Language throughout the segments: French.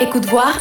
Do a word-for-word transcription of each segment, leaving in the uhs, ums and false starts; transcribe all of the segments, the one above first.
Écoute voir,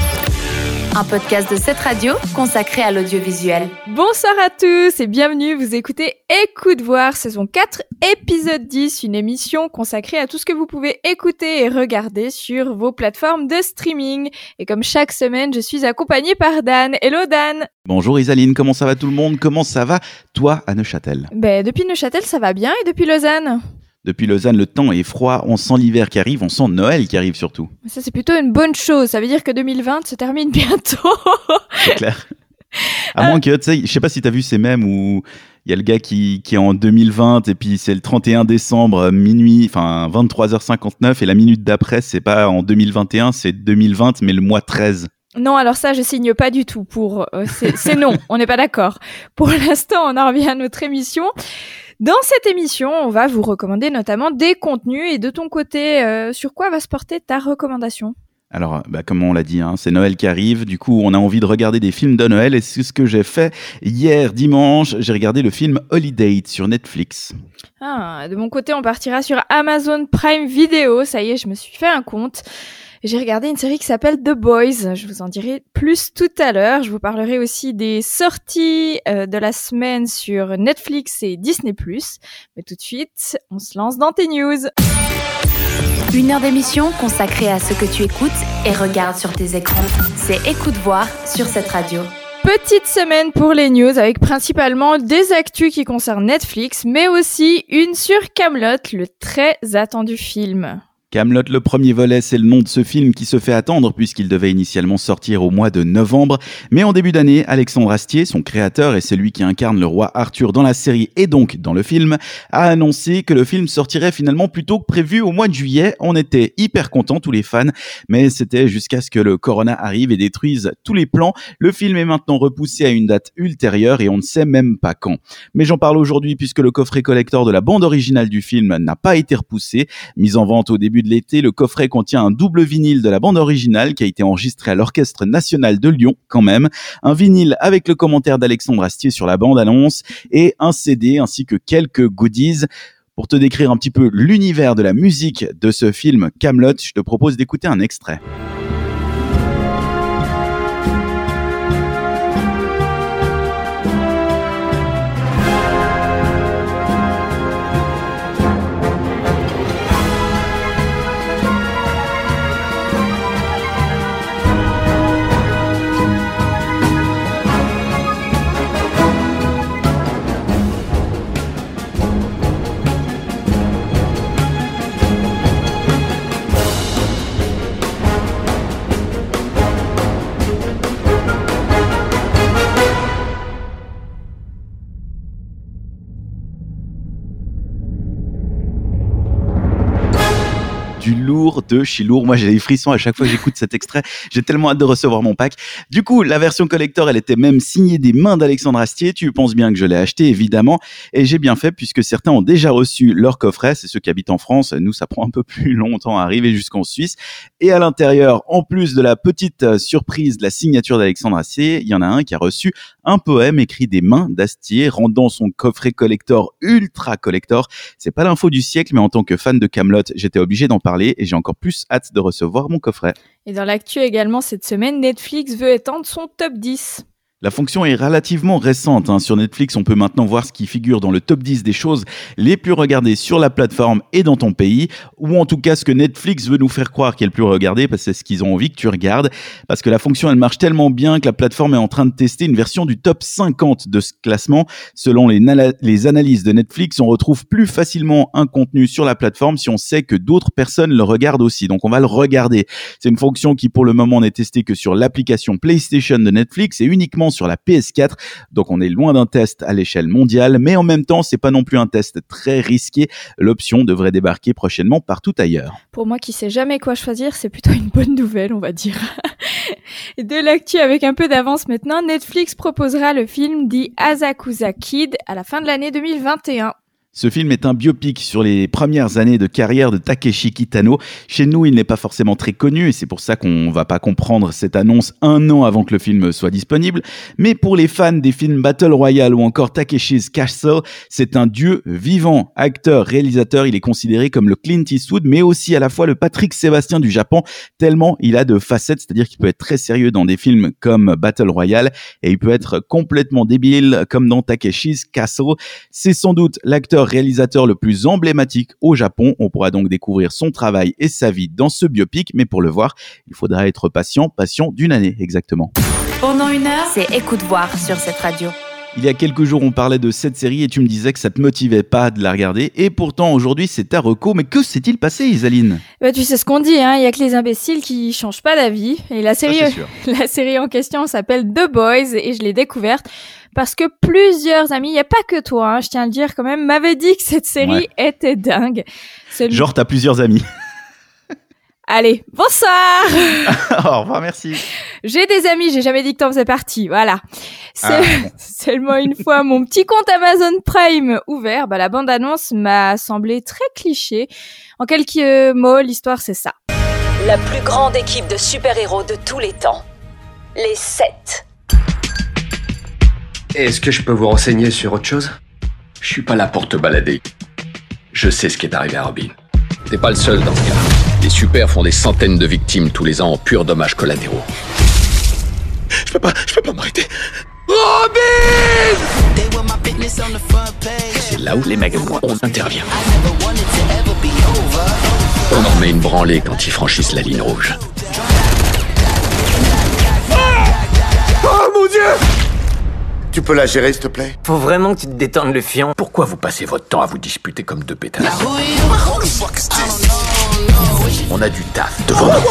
un podcast de cette radio consacré à l'audiovisuel. Bonsoir à tous et bienvenue, vous écoutez Écoute voir, saison quatre, épisode dix, une émission consacrée à tout ce que vous pouvez écouter et regarder sur vos plateformes de streaming. Et comme chaque semaine, je suis accompagnée par Dan. Hello Dan. Bonjour Isaline, comment ça va tout le monde? Comment ça va toi à Neuchâtel? Ben, depuis Neuchâtel, ça va bien et depuis Lausanne? Depuis Lausanne, le temps est froid, on sent l'hiver qui arrive, on sent Noël qui arrive surtout. Ça, c'est plutôt une bonne chose, ça veut dire que deux mille vingt se termine bientôt. C'est clair. À moins que, tu sais, je sais pas si t'as vu ces mèmes où il y a le gars qui, qui est en deux mille vingt et puis c'est le trente et un décembre, minuit, enfin vingt-trois heures cinquante-neuf et la minute d'après, c'est pas en deux mille vingt et un, c'est deux mille vingt mais le mois treize. Non, alors ça, je signe pas du tout pour... Euh, c'est, c'est non, on n'est pas d'accord. Pour l'instant, on en revient à notre émission. Dans cette émission, on va vous recommander notamment des contenus. Et de ton côté, euh, sur quoi va se porter ta recommandation ? Alors, bah, comme on l'a dit, hein, c'est Noël qui arrive. Du coup, on a envie de regarder des films de Noël. Et c'est ce que j'ai fait hier, dimanche. J'ai regardé le film Holiday sur Netflix. Ah, de mon côté, on partira sur Amazon Prime Video. Ça y est, je me suis fait un compte. J'ai regardé une série qui s'appelle The Boys. Je vous en dirai plus tout à l'heure. Je vous parlerai aussi des sorties euh, de la semaine sur Netflix et Disney plus. Mais tout de suite, on se lance dans tes news. Une heure d'émission consacrée à ce que tu écoutes et regardes sur tes écrans. C'est Écoute voir sur cette radio. Petite semaine pour les news avec principalement des actus qui concernent Netflix, mais aussi une sur Kaamelott, le très attendu film. Kaamelott, le premier volet, c'est le nom de ce film qui se fait attendre puisqu'il devait initialement sortir au mois de novembre. Mais en début d'année, Alexandre Astier, son créateur et celui qui incarne le roi Arthur dans la série et donc dans le film, a annoncé que le film sortirait finalement plus tôt que prévu au mois de juillet. On était hyper contents, tous les fans, mais c'était jusqu'à ce que le corona arrive et détruise tous les plans. Le film est maintenant repoussé à une date ultérieure et on ne sait même pas quand. Mais j'en parle aujourd'hui puisque le coffret collector de la bande originale du film n'a pas été repoussé. Mis en vente au début de l'été, le coffret contient un double vinyle de la bande originale qui a été enregistré à l'Orchestre National de Lyon, quand même, un vinyle avec le commentaire d'Alexandre Astier sur la bande-annonce et un C D ainsi que quelques goodies. Pour te décrire un petit peu l'univers de la musique de ce film Kaamelott, je te propose d'écouter un extrait. Du lourd de chez lourd. Moi, j'ai des frissons à chaque fois que j'écoute cet extrait. J'ai tellement hâte de recevoir mon pack. Du coup, la version collector, elle était même signée des mains d'Alexandre Astier. Tu penses bien que je l'ai acheté, évidemment. Et j'ai bien fait puisque certains ont déjà reçu leur coffret. C'est ceux qui habitent en France. Nous, ça prend un peu plus longtemps à arriver jusqu'en Suisse. Et à l'intérieur, en plus de la petite surprise de la signature d'Alexandre Astier, il y en a un qui a reçu un poème écrit des mains d'Astier, rendant son coffret collector ultra collector. C'est pas l'info du siècle, mais en tant que fan de Kaamelott, j'étais obligé d'en parler et j'ai encore plus hâte de recevoir mon coffret. Et dans l'actu également cette semaine, Netflix veut étendre son top dix. La fonction est relativement récente. Hein. Sur Netflix, on peut maintenant voir ce qui figure dans le top dix des choses les plus regardées sur la plateforme et dans ton pays, ou en tout cas ce que Netflix veut nous faire croire qu'elle est le plus regardée, parce que c'est ce qu'ils ont envie que tu regardes, parce que la fonction, elle marche tellement bien que la plateforme est en train de tester une version du top cinquante de ce classement. Selon les, nala- les analyses de Netflix, on retrouve plus facilement un contenu sur la plateforme si on sait que d'autres personnes le regardent aussi. Donc on va le regarder. C'est une fonction qui pour le moment n'est testée que sur l'application PlayStation de Netflix et uniquement sur la P S quatre, donc on est loin d'un test à l'échelle mondiale, mais en même temps, c'est pas non plus un test très risqué. L'option devrait débarquer prochainement partout ailleurs. Pour moi qui sais jamais quoi choisir, c'est plutôt une bonne nouvelle, on va dire. De l'actu avec un peu d'avance maintenant, Netflix proposera le film The Asakusa Kid à la fin de l'année deux mille vingt et un. Ce film est un biopic sur les premières années de carrière de Takeshi Kitano. Chez nous, il n'est pas forcément très connu et c'est pour ça qu'on va pas comprendre cette annonce un an avant que le film soit disponible. Mais pour les fans des films Battle Royale ou encore Takeshi's Castle, c'est un dieu vivant. Acteur, réalisateur, il est considéré comme le Clint Eastwood, mais aussi à la fois le Patrick Sébastien du Japon, tellement il a de facettes, c'est-à-dire qu'il peut être très sérieux dans des films comme Battle Royale et il peut être complètement débile comme dans Takeshi's Castle. C'est sans doute l'acteur réalisateur le plus emblématique au Japon. On pourra donc découvrir son travail et sa vie dans ce biopic, mais pour le voir, il faudra être patient, patient d'une année exactement. Pendant une heure, c'est Écoute voir sur cette radio. Il y a quelques jours, on parlait de cette série et tu me disais que ça te motivait pas de la regarder. Et pourtant, aujourd'hui, c'est ta reco. Mais que s'est-il passé, Isaline ? Bah, tu sais ce qu'on dit, hein, il y a que les imbéciles qui changent pas d'avis. Et la série, la série en question s'appelle The Boys et je l'ai découverte parce que plusieurs amis, il y a pas que toi, hein, je tiens à le dire quand même, m'avaient dit que cette série ouais. était dingue. Celui... Genre, t'as plusieurs amis. Allez, bonsoir. Au revoir, merci. J'ai des amis, j'ai jamais dit que t'en faisais partie, voilà. C'est ah, bon. Seulement une fois mon petit compte Amazon Prime ouvert, bah, la bande-annonce m'a semblé très cliché. En quelques mots, l'histoire c'est ça. La plus grande équipe de super-héros de tous les temps. Les sept. Est-ce que je peux vous renseigner sur autre chose ? Je suis pas là pour te balader. Je sais ce qui est arrivé à Robin. T'es pas le seul dans ce cas. Les super font des centaines de victimes tous les ans en purs dommages collatéraux. Je peux pas, je peux pas m'arrêter. Robin ! C'est là où les mecs, on intervient. On en met une branlée quand ils franchissent la ligne rouge. Oh mon Dieu! Tu peux la gérer, s'il te plaît? Faut vraiment que tu te détendes le fion. Pourquoi vous passez votre temps à vous disputer comme deux pétasses? On a du taf devant nous.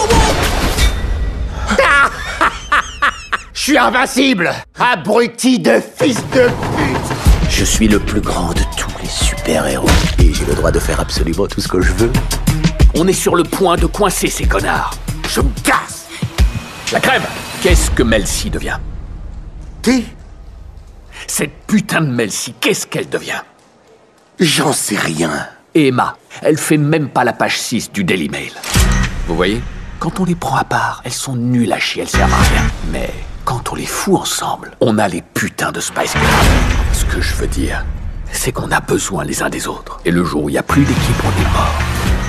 Je suis invincible! Abruti de fils de pute! Je suis le plus grand de tous les super-héros. Et j'ai le droit de faire absolument tout ce que je veux. On est sur le point de coincer ces connards. Je me casse! La crème! Qu'est-ce que Mel C devient? Qui? Cette putain de Mel C, qu'est-ce qu'elle devient? J'en sais rien. Et Emma, elle fait même pas la page six du Daily Mail. Vous voyez? Quand on les prend à part, elles sont nulles à chier, elles servent à rien. Mais quand on les fout ensemble, on a les putains de Spice Girls. Ce que je veux dire, c'est qu'on a besoin les uns des autres. Et le jour où il n'y a plus d'équipe, on est mort.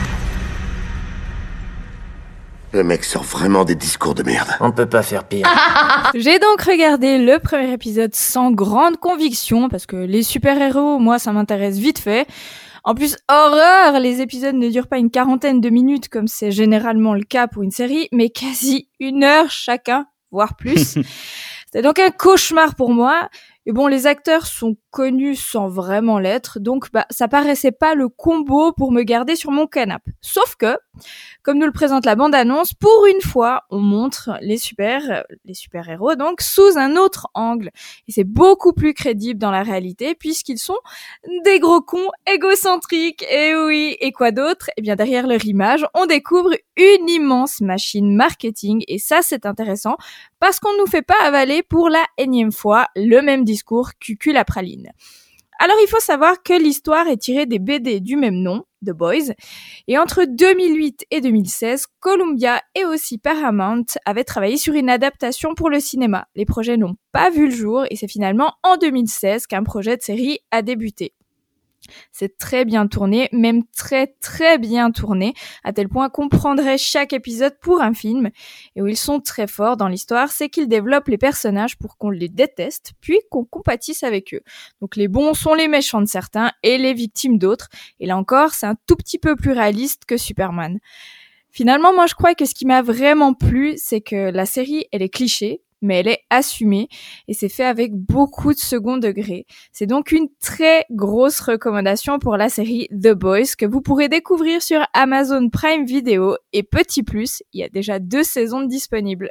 Le mec sort vraiment des discours de merde. On peut pas faire pire. J'ai donc regardé le premier épisode sans grande conviction, parce que les super-héros, moi, ça m'intéresse vite fait. En plus, horreur, les épisodes ne durent pas une quarantaine de minutes, comme c'est généralement le cas pour une série, mais quasi une heure chacun, voire plus. C'était donc un cauchemar pour moi. Et bon, les acteurs sont connus sans vraiment l'être, donc bah ça paraissait pas le combo pour me garder sur mon canapé. Sauf que, comme nous le présente la bande-annonce, pour une fois, on montre les super, les super-héros donc sous un autre angle. Et c'est beaucoup plus crédible dans la réalité, puisqu'ils sont des gros cons égocentriques. Et oui, et quoi d'autre? Eh bien, derrière leur image, on découvre une immense machine marketing, et ça c'est intéressant, parce qu'on ne nous fait pas avaler pour la énième fois le même discours cucul à praline. Alors il faut savoir que l'histoire est tirée des B D du même nom, The Boys, et entre deux mille huit et deux mille seize, Columbia et aussi Paramount avaient travaillé sur une adaptation pour le cinéma. Les projets n'ont pas vu le jour et c'est finalement en deux mille seize qu'un projet de série a débuté. C'est très bien tourné, même très très bien tourné, à tel point qu'on prendrait chaque épisode pour un film. Et où ils sont très forts dans l'histoire, c'est qu'ils développent les personnages pour qu'on les déteste, puis qu'on compatisse avec eux. Donc les bons sont les méchants de certains et les victimes d'autres. Et là encore, c'est un tout petit peu plus réaliste que Superman. Finalement, moi je crois que ce qui m'a vraiment plu, c'est que la série, elle est cliché, mais elle est assumée et c'est fait avec beaucoup de second degré. C'est donc une très grosse recommandation pour la série The Boys que vous pourrez découvrir sur Amazon Prime Video et petit plus, il y a déjà deux saisons disponibles.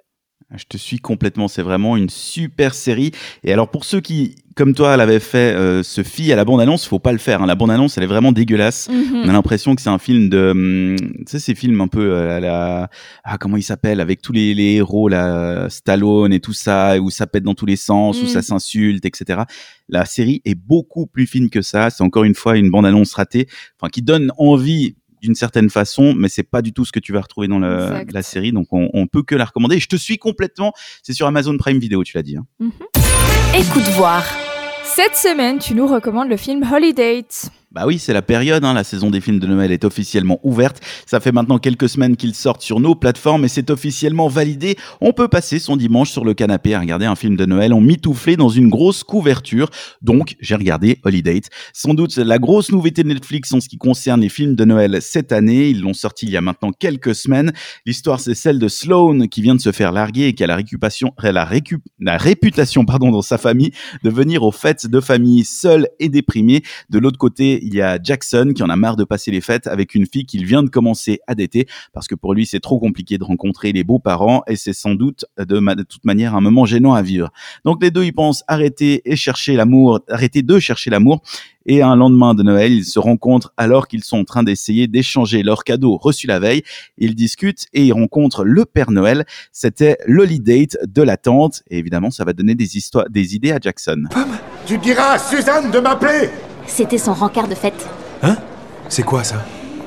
Je te suis complètement, c'est vraiment une super série. Et alors pour ceux qui, comme toi, l'avaient fait, euh, se fient à la bande-annonce, faut pas le faire. Hein. La bande-annonce, elle est vraiment dégueulasse. Mm-hmm. On a l'impression que c'est un film de, hum, tu sais, ces films un peu à la, ah comment il s'appelle, avec tous les, les héros, là, Stallone et tout ça, où ça pète dans tous les sens, mm. où ça s'insulte, et cetera. La série est beaucoup plus fine que ça. C'est encore une fois une bande-annonce ratée, enfin qui donne envie d'une certaine façon, mais c'est pas du tout ce que tu vas retrouver dans le, la série, donc on, on peut que la recommander. Et je te suis complètement, c'est sur Amazon Prime Video, tu l'as dit. Hein. Mm-hmm. Écoute voir. Cette semaine, tu nous recommandes le film Holiday. Bah oui, c'est la période, hein, la saison des films de Noël est officiellement ouverte. Ça fait maintenant quelques semaines qu'ils sortent sur nos plateformes et c'est officiellement validé. On peut passer son dimanche sur le canapé à regarder un film de Noël en mitouflé dans une grosse couverture. Donc, j'ai regardé Holiday. Sans doute la grosse nouveauté de Netflix en ce qui concerne les films de Noël cette année. Ils l'ont sorti il y a maintenant quelques semaines. L'histoire, c'est celle de Sloane qui vient de se faire larguer et qui a la réputation, la, récup, la réputation pardon, dans sa famille de venir aux fêtes de famille seule et déprimée. De l'autre côté, il y a Jackson qui en a marre de passer les fêtes avec une fille qu'il vient de commencer à dater parce que pour lui, c'est trop compliqué de rencontrer les beaux-parents et c'est sans doute de, ma- de toute manière un moment gênant à vivre. Donc les deux, ils pensent arrêter et chercher l'amour, arrêter de chercher l'amour. Et un lendemain de Noël, ils se rencontrent alors qu'ils sont en train d'essayer d'échanger leurs cadeaux reçus la veille. Ils discutent et ils rencontrent le Père Noël. C'était l'holiday de la tante. Et évidemment, ça va donner des histoires, des idées à Jackson. Tu diras à Suzanne de m'appeler. C'était son rencard de fête. Hein? C'est quoi ça?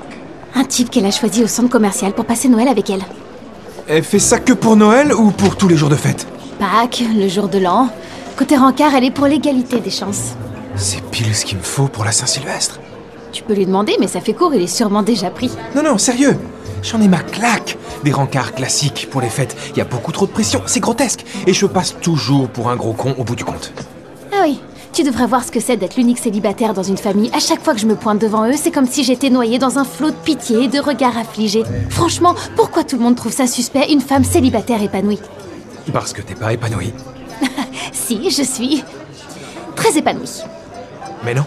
Un type qu'elle a choisi au centre commercial pour passer Noël avec elle. Elle fait ça que pour Noël ou pour tous les jours de fête? Pâques, le jour de l'an. Côté rencard, elle est pour l'égalité des chances. C'est pile ce qu'il me faut pour la Saint-Sylvestre. Tu peux lui demander, mais ça fait court, il est sûrement déjà pris. Non, non, sérieux. J'en ai ma claque des rencarts classiques pour les fêtes. Il y a beaucoup trop de pression, c'est grotesque. Et je passe toujours pour un gros con au bout du compte. Ah oui, tu devrais voir ce que c'est d'être l'unique célibataire dans une famille. À chaque fois que je me pointe devant eux, c'est comme si j'étais noyée dans un flot de pitié et de regards affligés. Franchement, pourquoi tout le monde trouve ça suspect, une femme célibataire épanouie? Parce que t'es pas épanouie. Si, je suis très épanouie. Mais non.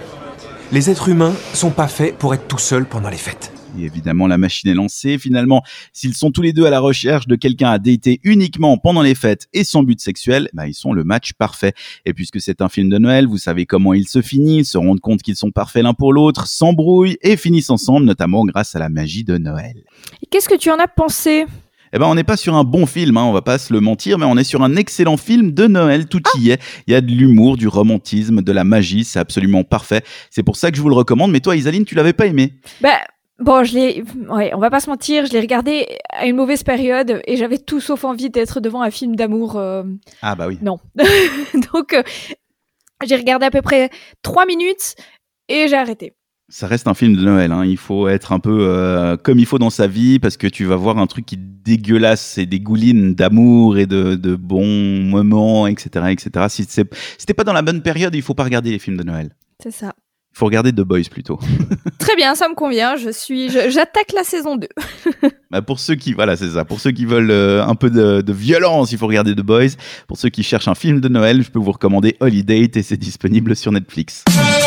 Les êtres humains sont pas faits pour être tout seuls pendant les fêtes. Et évidemment, la machine est lancée. Finalement, s'ils sont tous les deux à la recherche de quelqu'un à dater uniquement pendant les fêtes et sans but sexuel, bah, ils sont le match parfait. Et puisque c'est un film de Noël, vous savez comment il se finit. Ils se rendent compte qu'ils sont parfaits l'un pour l'autre, s'embrouillent et finissent ensemble, notamment grâce à la magie de Noël. Et qu'est-ce que tu en as pensé ? Eh ben, on n'est pas sur un bon film, hein, on va pas se le mentir, mais on est sur un excellent film de Noël, tout y est. Il y a de l'humour, du romantisme, de la magie, c'est absolument parfait. C'est pour ça que je vous le recommande. Mais toi, Isaline, tu l'avais pas aimé ? Bah, bon, je l'ai, ouais, on va pas se mentir, je l'ai regardé à une mauvaise période et j'avais tout sauf envie d'être devant un film d'amour. Euh... Ah bah oui. Non. Donc, euh, j'ai regardé à peu près trois minutes et j'ai arrêté. Ça reste un film de Noël, hein. Il faut être un peu euh, comme il faut dans sa vie parce que tu vas voir un truc qui dégueulasse et dégouline d'amour et de, de bons moments, et cetera, et cetera. Si c'est, si t'es pas dans la bonne période, il faut pas regarder les films de Noël. C'est ça. Il faut regarder The Boys plutôt. Très bien, ça me convient. Je suis, je, j'attaque la saison deux. Bah pour ceux qui, voilà, c'est ça. Pour ceux qui veulent euh, un peu de, de violence, il faut regarder The Boys. Pour ceux qui cherchent un film de Noël, je peux vous recommander Holiday et c'est disponible sur Netflix.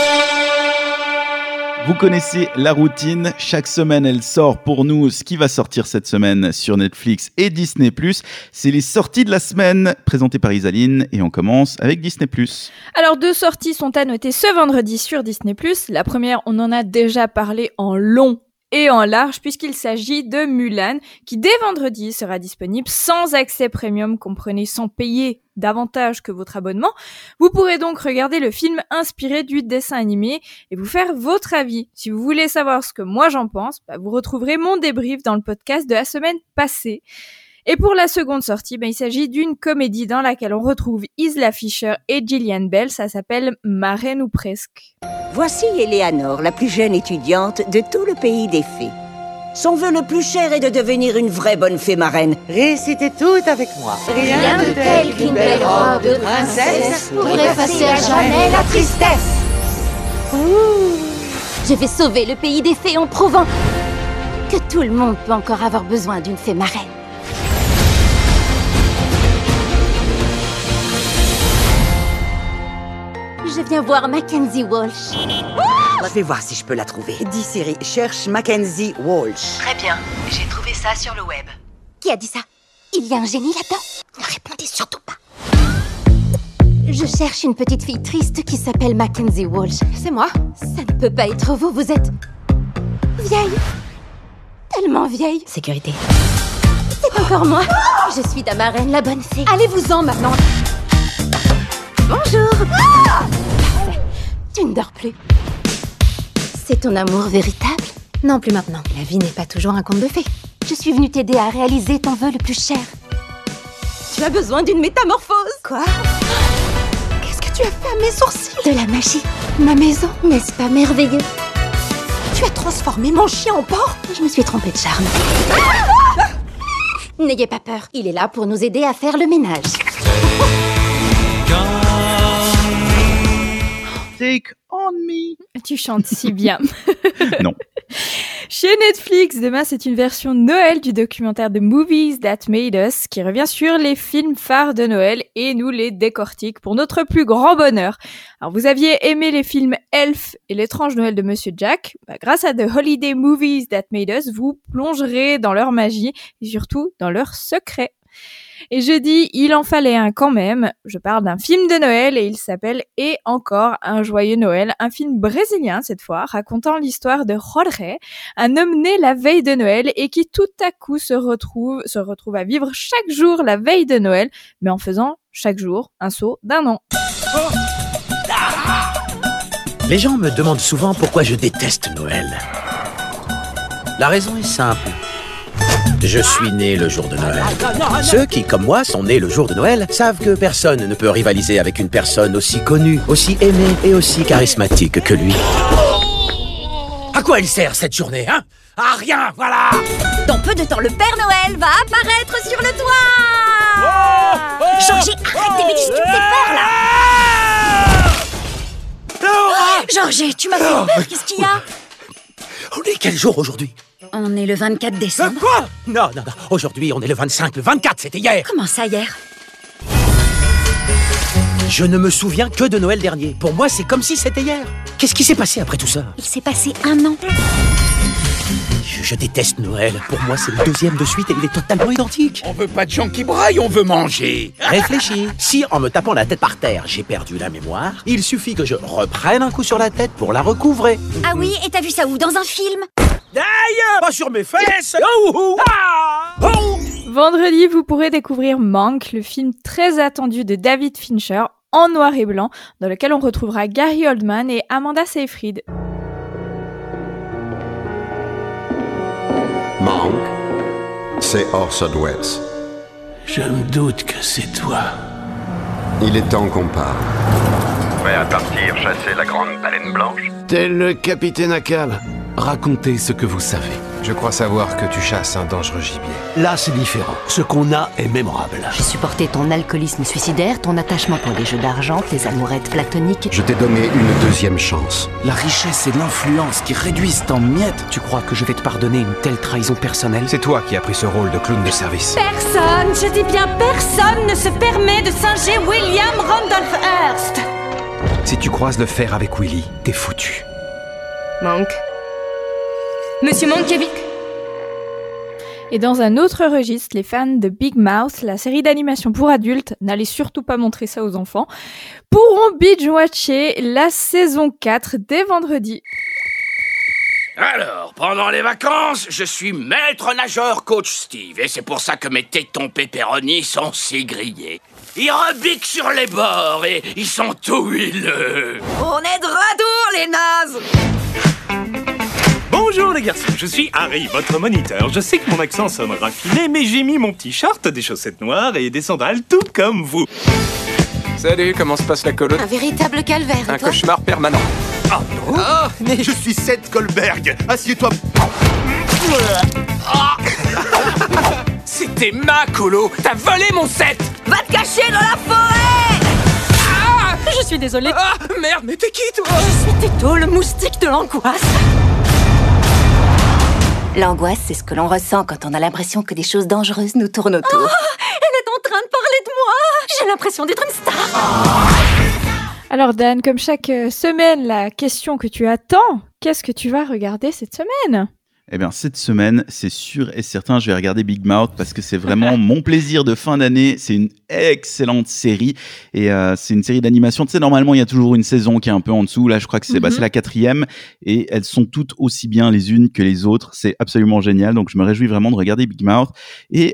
Vous connaissez la routine, chaque semaine elle sort pour nous ce qui va sortir cette semaine sur Netflix et Disney plus. C'est les sorties de la semaine présentées par Isaline et on commence avec Disney plus. Alors deux sorties sont à noter ce vendredi sur Disney plus. La première, on en a déjà parlé en long et en large puisqu'il s'agit de Mulan qui dès vendredi sera disponible sans accès premium, comprenez sans payer davantage que votre abonnement. Vous pourrez donc regarder le film inspiré du dessin animé et vous faire votre avis. Si vous voulez savoir ce que moi j'en pense, bah vous retrouverez mon débrief dans le podcast de la semaine passée. Et pour la seconde sortie, bah il s'agit d'une comédie dans laquelle on retrouve Isla Fisher et Gillian Bell. Ça s'appelle Marraine ou presque. Voici Eleanor, la plus jeune étudiante de tout le pays des fées. Son vœu le plus cher est de devenir une vraie bonne fée marraine. Récitez tout avec moi. Rien de tel qu'une belle robe de princesse pour effacer à jamais la tristesse. Ouh. Je vais sauver le pays des fées en prouvant que tout le monde peut encore avoir besoin d'une fée marraine. Je viens voir Mackenzie Walsh. Je vais voir si je peux la trouver. Dis Siri, cherche Mackenzie Walsh. Très bien, j'ai trouvé ça sur le web. Qui a dit ça? Il y a un génie là-dedans? surtout pas. Je cherche une petite fille triste qui s'appelle Mackenzie Walsh. C'est moi. Ça ne peut pas être vous, vous êtes... vieille. Tellement vieille. Sécurité. C'est encore moi. Je suis ta marraine, la bonne fée. Allez-vous-en maintenant. Bonjour. Ah, parfait. Tu ne dors plus. C'est ton amour véritable? Non, plus maintenant. La vie n'est pas toujours un conte de fées. Je suis venue t'aider à réaliser ton vœu le plus cher. Tu as besoin d'une métamorphose. Quoi? Qu'est-ce que tu as fait à mes sourcils? De la magie. Ma maison, n'est-ce pas merveilleux? Tu as transformé mon chien en porc? Je me suis trompée de charme. Ah! N'ayez pas peur, il est là pour nous aider à faire le ménage. Take on me. Tu chantes si bien. Non. Chez Netflix, demain, c'est une version Noël du documentaire The Movies That Made Us qui revient sur les films phares de Noël et nous les décortique pour notre plus grand bonheur. Alors, vous aviez aimé les films Elf et l'étrange Noël de Monsieur Jack. Bah, grâce à The Holiday Movies That Made Us, vous plongerez dans leur magie et surtout dans leurs secrets. Et je dis, il en fallait un quand même. Je parle d'un film de Noël et il s'appelle Et encore un joyeux Noël, un film brésilien cette fois, racontant l'histoire de Jorge, un homme né la veille de Noël et qui tout à coup se retrouve, se retrouve à vivre chaque jour la veille de Noël, mais en faisant chaque jour un saut d'un an. Les gens me demandent souvent pourquoi je déteste Noël. La raison est simple. Je suis né le jour de Noël. Ceux qui, comme moi, sont nés le jour de Noël savent que personne ne peut rivaliser avec une personne aussi connue, aussi aimée et aussi charismatique que lui. À quoi elle sert cette journée, hein? À rien, voilà! Dans peu de temps, le Père Noël va apparaître sur le toit! Oh, oh, Georgie, arrête tes bêtises, tu me fais peur, là! Oh, Georgie, tu m'as fait peur, qu'est-ce qu'il y a? On est quel jour aujourd'hui? On est le vingt-quatre décembre. Euh, quoi? Non, non, non. Aujourd'hui, on est le vingt-cinq. Le vingt-quatre, c'était hier. Comment ça, hier? Je ne me souviens que de Noël dernier. Pour moi, c'est comme si c'était hier. Qu'est-ce qui s'est passé après tout ça? Il s'est passé un an. Je, je déteste Noël. Pour moi, c'est le deuxième de suite et il est totalement identique. On veut pas de gens qui braillent, on veut manger. Réfléchis. Si, en me tapant la tête par terre, j'ai perdu la mémoire, il suffit que je reprenne un coup sur la tête pour la recouvrer. Ah oui, et t'as vu ça où? Dans un film? Aïe! Pas sur mes fesses! Oh, oh, ah, oh. Vendredi, vous pourrez découvrir Mank, le film très attendu de David Fincher, en noir et blanc, dans lequel on retrouvera Gary Oldman et Amanda Seyfried. Mank, c'est Orson Welles. Je me doute que c'est toi. Il est temps qu'on parle. Prêt à partir chasser la grande baleine blanche? Tel le capitaine Ahab. Racontez ce que vous savez. Je crois savoir que tu chasses un dangereux gibier. Là, c'est différent. Ce qu'on a est mémorable. J'ai supporté ton alcoolisme suicidaire, ton attachement pour les jeux d'argent, tes amourettes platoniques. Je t'ai donné une deuxième chance. La richesse et l'influence qui réduisent en miettes. Tu crois que je vais te pardonner une telle trahison personnelle? C'est toi qui as pris ce rôle de clown de service. Personne, je dis bien personne, ne se permet de singer William Randolph Hearst. Si tu croises le fer avec Willy, t'es foutu. Mank. Monsieur Mankiewicz. Et dans un autre registre, les fans de Big Mouth, la série d'animation pour adultes, n'allez surtout pas montrer ça aux enfants, pourront binge-watcher la saison quatre dès vendredi. Alors, pendant les vacances, je suis maître nageur coach Steve, et c'est pour ça que mes tétons pepperoni sont si grillés. Ils rebiquent sur les bords et ils sont tout huileux. On est de retour, les nazes! Bonjour les garçons, je suis Harry, votre moniteur. Je sais que mon accent sonne raffiné, mais j'ai mis mon petit short, des chaussettes noires et des sandales tout comme vous. Salut, comment se passe la colo? Un véritable calvaire, Un toi? cauchemar permanent. Oh non! Oh, mais... Je suis Seth Goldberg, assieds-toi. C'était ma colo. T'as volé mon set. Va te cacher dans la forêt! Ah, je suis désolée. Ah, merde, mais t'es qui, toi? Je suis Této, le moustique de l'angoisse. L'angoisse, c'est ce que l'on ressent quand on a l'impression que des choses dangereuses nous tournent autour. Oh, elle est en train de parler de moi. J'ai l'impression d'être une star. Alors Dan, comme chaque semaine, la question que tu attends, qu'est-ce que tu vas regarder cette semaine? Eh bien, cette semaine, c'est sûr et certain, je vais regarder Big Mouth parce que c'est vraiment mon plaisir de fin d'année. C'est une excellente série et euh, c'est une série d'animation. Tu sais, normalement, il y a toujours une saison qui est un peu en dessous. Là, je crois que c'est, mm-hmm. bah, c'est la quatrième et elles sont toutes aussi bien les unes que les autres. C'est absolument génial. Donc, je me réjouis vraiment de regarder Big Mouth. Et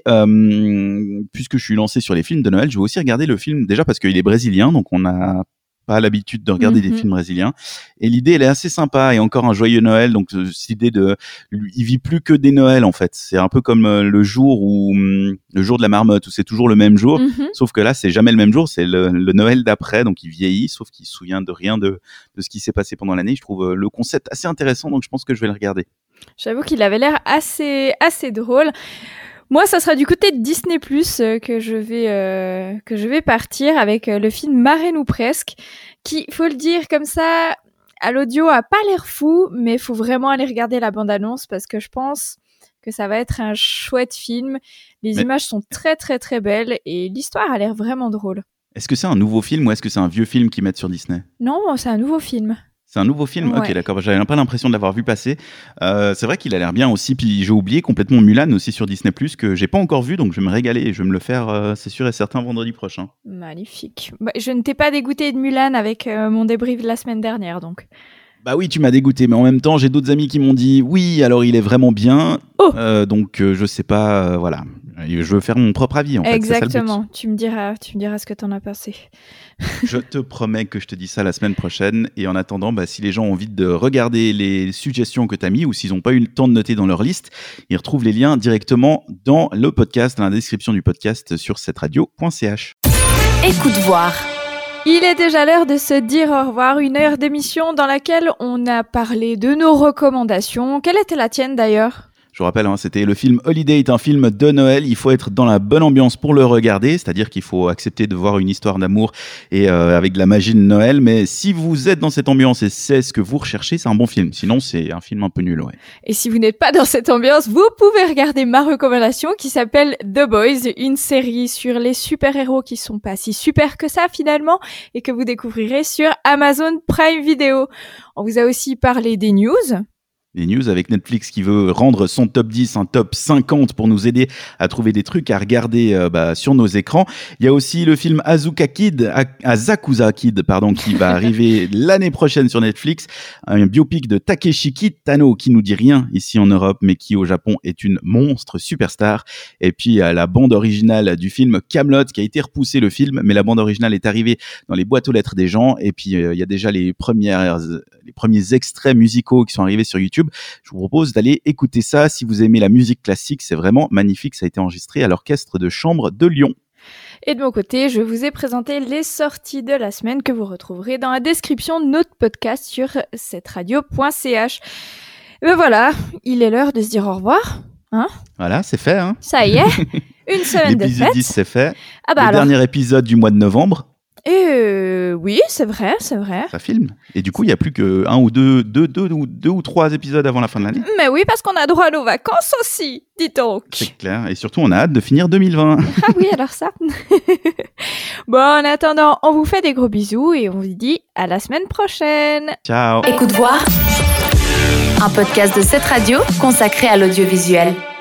euh, puisque je suis lancé sur les films de Noël, je vais aussi regarder le film déjà parce qu'il est brésilien. Donc, on a pas l'habitude de regarder mm-hmm. des films brésiliens et l'idée elle est assez sympa et encore un joyeux Noël donc euh, cette idée de il vit plus que des Noëls en fait, c'est un peu comme euh, le jour où hum, le jour de la marmotte où c'est toujours le même jour mm-hmm. sauf que là c'est jamais le même jour, c'est le, le Noël d'après, donc il vieillit sauf qu'il se souvient de rien de, de ce qui s'est passé pendant l'année. Je trouve euh, le concept assez intéressant donc je pense que je vais le regarder. J'avoue qu'il avait l'air assez assez drôle. Moi, ça sera du côté de Disney plus, euh, que je vais euh, que je vais partir avec euh, le film Marraine ou presque, qui, faut le dire comme ça, à l'audio a pas l'air fou, mais faut vraiment aller regarder la bande-annonce parce que je pense que ça va être un chouette film. Les mais... images sont très très très belles et l'histoire a l'air vraiment drôle. Est-ce que c'est un nouveau film ou est-ce que c'est un vieux film qu'ils mettent sur Disney ? Non, c'est un nouveau film. C'est un nouveau film ? Ouais. Ok, d'accord. J'avais pas l'impression de l'avoir vu passer. Euh, c'est vrai qu'il a l'air bien aussi. Puis j'ai oublié complètement Mulan aussi sur Disney plus, que j'ai pas encore vu, donc je vais me régaler et je vais me le faire, euh, c'est sûr et certain, vendredi prochain. Magnifique. Bah, je ne t'ai pas dégoûté de Mulan avec euh, mon débrief de la semaine dernière, donc. Bah oui, tu m'as dégoûté, mais en même temps, j'ai d'autres amis qui m'ont dit oui, alors il est vraiment bien. Oh euh, donc euh, je sais pas, euh, voilà. Je veux faire mon propre avis en fait. Exactement. Tu me diras, tu me diras ce que t'en as pensé. Je te promets que je te dis ça la semaine prochaine. Et en attendant, bah, si les gens ont envie de regarder les suggestions que tu as mis ou s'ils n'ont pas eu le temps de noter dans leur liste, ils retrouvent les liens directement dans le podcast, dans la description du podcast sur cette radio point c h. Écoute voir. Il est déjà l'heure de se dire au revoir, une heure d'émission dans laquelle on a parlé de nos recommandations. Quelle était la tienne d'ailleurs ? Je vous rappelle, hein, c'était le film Holiday est un film de Noël. Il faut être dans la bonne ambiance pour le regarder, c'est-à-dire qu'il faut accepter de voir une histoire d'amour et euh, avec de la magie de Noël. Mais si vous êtes dans cette ambiance et c'est ce que vous recherchez, c'est un bon film. Sinon, c'est un film un peu nul. Ouais. Et si vous n'êtes pas dans cette ambiance, vous pouvez regarder ma recommandation qui s'appelle The Boys, une série sur les super-héros qui sont pas si super que ça finalement et que vous découvrirez sur Amazon Prime Video. On vous a aussi parlé des news. Les news avec Netflix qui veut rendre son top dix un top cinquante pour nous aider à trouver des trucs à regarder euh, bah, sur nos écrans. Il y a aussi le film Azuka Kid, Asakusa Kid, pardon, qui va arriver l'année prochaine sur Netflix. Un biopic de Takeshi Kitano qui nous dit rien ici en Europe, mais qui au Japon est une monstre superstar. Et puis euh, la bande originale du film Kaamelott qui a été repoussé le film, mais la bande originale est arrivée dans les boîtes aux lettres des gens. Et puis euh, il y a déjà les premières, les premiers extraits musicaux qui sont arrivés sur YouTube. Je vous propose d'aller écouter ça. Si vous aimez la musique classique, c'est vraiment magnifique. Ça a été enregistré à l'Orchestre de Chambre de Lyon. Et de mon côté, je vous ai présenté les sorties de la semaine que vous retrouverez dans la description de notre podcast sur cette radio point c h. Et ben voilà, il est l'heure de se dire au revoir. Hein ? Voilà, c'est fait. Hein. Ça y est, une semaine de fête. L'épisode dix, c'est fait. Ah bah Le alors... dernier épisode du mois de novembre. Euh, oui, c'est vrai, c'est vrai. Ça filme. Et du coup, il n'y a plus que un ou deux, deux, deux, deux, deux ou trois épisodes avant la fin de l'année. Mais oui, parce qu'on a droit à nos vacances aussi, dis donc. C'est clair. Et surtout, on a hâte de finir deux mille vingt. Ah oui, alors ça. Bon, en attendant, on vous fait des gros bisous et on vous dit à la semaine prochaine. Ciao. Écoute voir, un podcast de cette radio consacré à l'audiovisuel.